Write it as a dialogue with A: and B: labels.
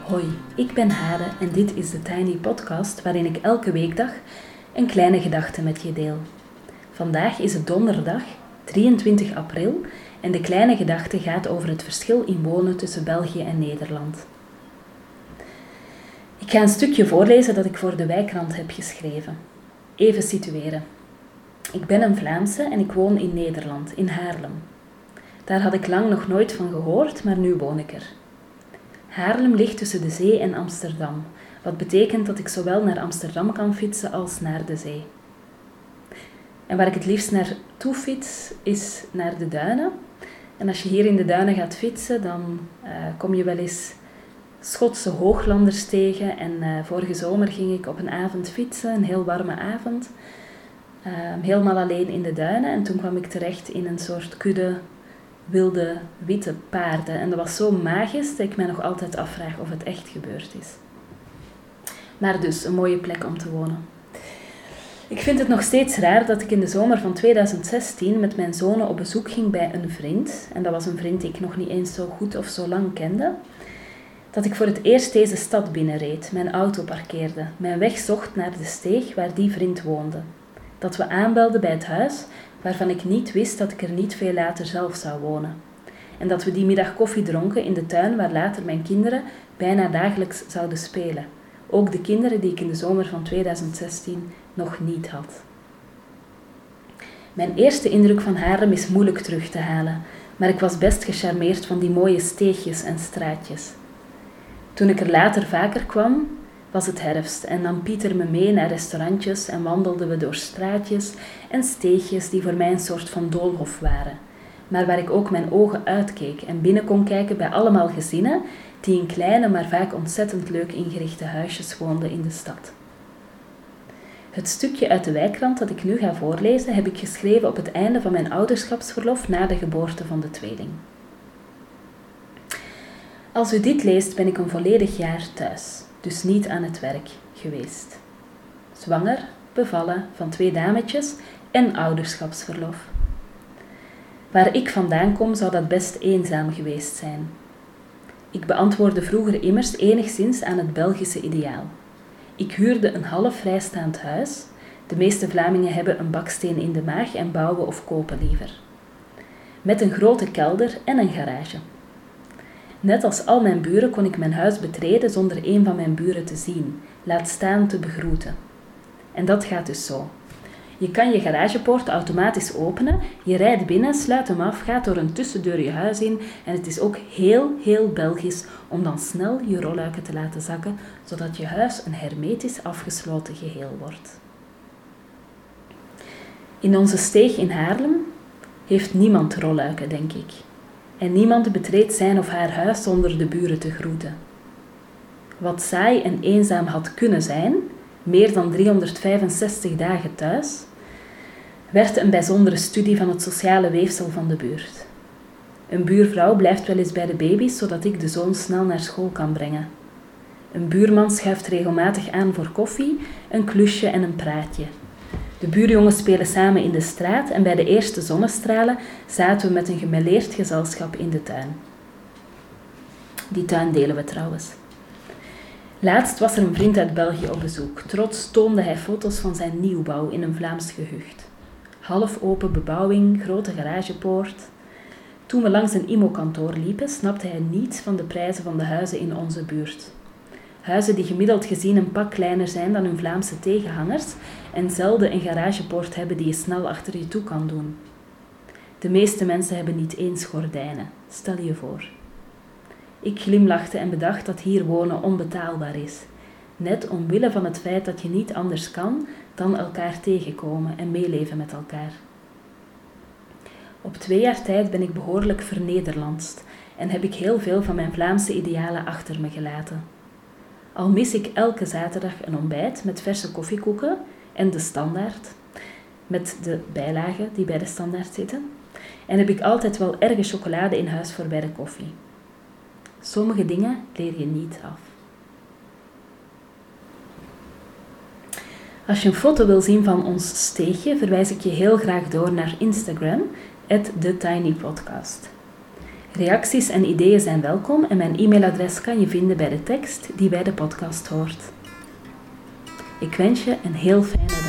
A: Hoi, ik ben Hade en dit is de Tiny Podcast waarin ik elke weekdag een kleine gedachte met je deel. Vandaag is het donderdag 23 april en de kleine gedachte gaat over het verschil in wonen tussen België en Nederland. Ik ga een stukje voorlezen dat ik voor de Wijkrant heb geschreven. Even situeren. Ik ben een Vlaamse en ik woon in Nederland, in Haarlem. Daar had ik lang nog nooit van gehoord, maar nu woon ik er. Haarlem ligt tussen de zee en Amsterdam, wat betekent dat ik zowel naar Amsterdam kan fietsen als naar de zee. En waar ik het liefst naartoe fiets, is naar de duinen. En als je hier in de duinen gaat fietsen, dan kom je wel eens Schotse hooglanders tegen. En vorige zomer ging ik op een avond fietsen, een heel warme avond. Helemaal alleen in de duinen. En toen kwam ik terecht in een soort kudde wilde witte paarden. En dat was zo magisch dat ik mij nog altijd afvraag of het echt gebeurd is. Maar dus, een mooie plek om te wonen. Ik vind het nog steeds raar dat ik in de zomer van 2016 met mijn zonen op bezoek ging bij een vriend. En dat was een vriend die ik nog niet eens zo goed of zo lang kende. Dat ik voor het eerst deze stad binnenreed, mijn auto parkeerde, mijn weg zocht naar de steeg waar die vriend woonde. Dat we aanbelden bij het huis waarvan ik niet wist dat ik er niet veel later zelf zou wonen. En dat we die middag koffie dronken in de tuin waar later mijn kinderen bijna dagelijks zouden spelen. Ook de kinderen die ik in de zomer van 2016 nog niet had. Mijn eerste indruk van Haarlem is moeilijk terug te halen, maar ik was best gecharmeerd van die mooie steegjes en straatjes. Toen ik er later vaker kwam, was het herfst en nam Pieter me mee naar restaurantjes en wandelden we door straatjes en steegjes die voor mij een soort van doolhof waren, maar waar ik ook mijn ogen uitkeek en binnen kon kijken bij allemaal gezinnen die in kleine, maar vaak ontzettend leuk ingerichte huisjes woonden in de stad. Het stukje uit de Wijkrant dat ik nu ga voorlezen heb ik geschreven op het einde van mijn ouderschapsverlof na de geboorte van de tweeling. Als u dit leest ben ik een volledig jaar thuis, dus niet aan het werk geweest. Zwanger, bevallen van 2 dametjes en ouderschapsverlof. Waar ik vandaan kom zou dat best eenzaam geweest zijn. Ik beantwoordde vroeger immers enigszins aan het Belgische ideaal. Ik huurde een half vrijstaand huis. De meeste Vlamingen hebben een baksteen in de maag en bouwen of kopen liever. Met een grote kelder en een garage. Net als al mijn buren kon ik mijn huis betreden zonder een van mijn buren te zien, laat staan te begroeten. En dat gaat dus zo. Je kan je garagepoort automatisch openen, je rijdt binnen, sluit hem af, gaat door een tussendeur je huis in en het is ook heel Belgisch om dan snel je rolluiken te laten zakken, zodat je huis een hermetisch afgesloten geheel wordt. In onze steeg in Haarlem heeft niemand rolluiken, denk ik. En niemand betreedt zijn of haar huis zonder de buren te groeten. Wat saai en eenzaam had kunnen zijn, meer dan 365 dagen thuis, werd een bijzondere studie van het sociale weefsel van de buurt. Een buurvrouw blijft wel eens bij de baby's, zodat ik de zoon snel naar school kan brengen. Een buurman schuift regelmatig aan voor koffie, een klusje en een praatje. De buurjongens spelen samen in de straat en bij de eerste zonnestralen zaten we met een gemêleerd gezelschap in de tuin. Die tuin delen we trouwens. Laatst was er een vriend uit België op bezoek. Trots toonde hij foto's van zijn nieuwbouw in een Vlaams gehucht. Half open bebouwing, grote garagepoort. Toen we langs een IMO-kantoor liepen, snapte hij niets van de prijzen van de huizen in onze buurt. Huizen die gemiddeld gezien een pak kleiner zijn dan hun Vlaamse tegenhangers en zelden een garagepoort hebben die je snel achter je toe kan doen. De meeste mensen hebben niet eens gordijnen, stel je voor. Ik glimlachte en bedacht dat hier wonen onbetaalbaar is. Net omwille van het feit dat je niet anders kan dan elkaar tegenkomen en meeleven met elkaar. Op 2 jaar tijd ben ik behoorlijk vernederlandst en heb ik heel veel van mijn Vlaamse idealen achter me gelaten. Al mis ik elke zaterdag een ontbijt met verse koffiekoeken en de standaard, met de bijlagen die bij de standaard zitten, en heb ik altijd wel erge chocolade in huis voor bij de koffie. Sommige dingen leer je niet af. Als je een foto wil zien van ons steegje, verwijs ik je heel graag door naar Instagram, @thetinypodcast. Reacties en ideeën zijn welkom en mijn e-mailadres kan je vinden bij de tekst die bij de podcast hoort. Ik wens je een heel fijne dag.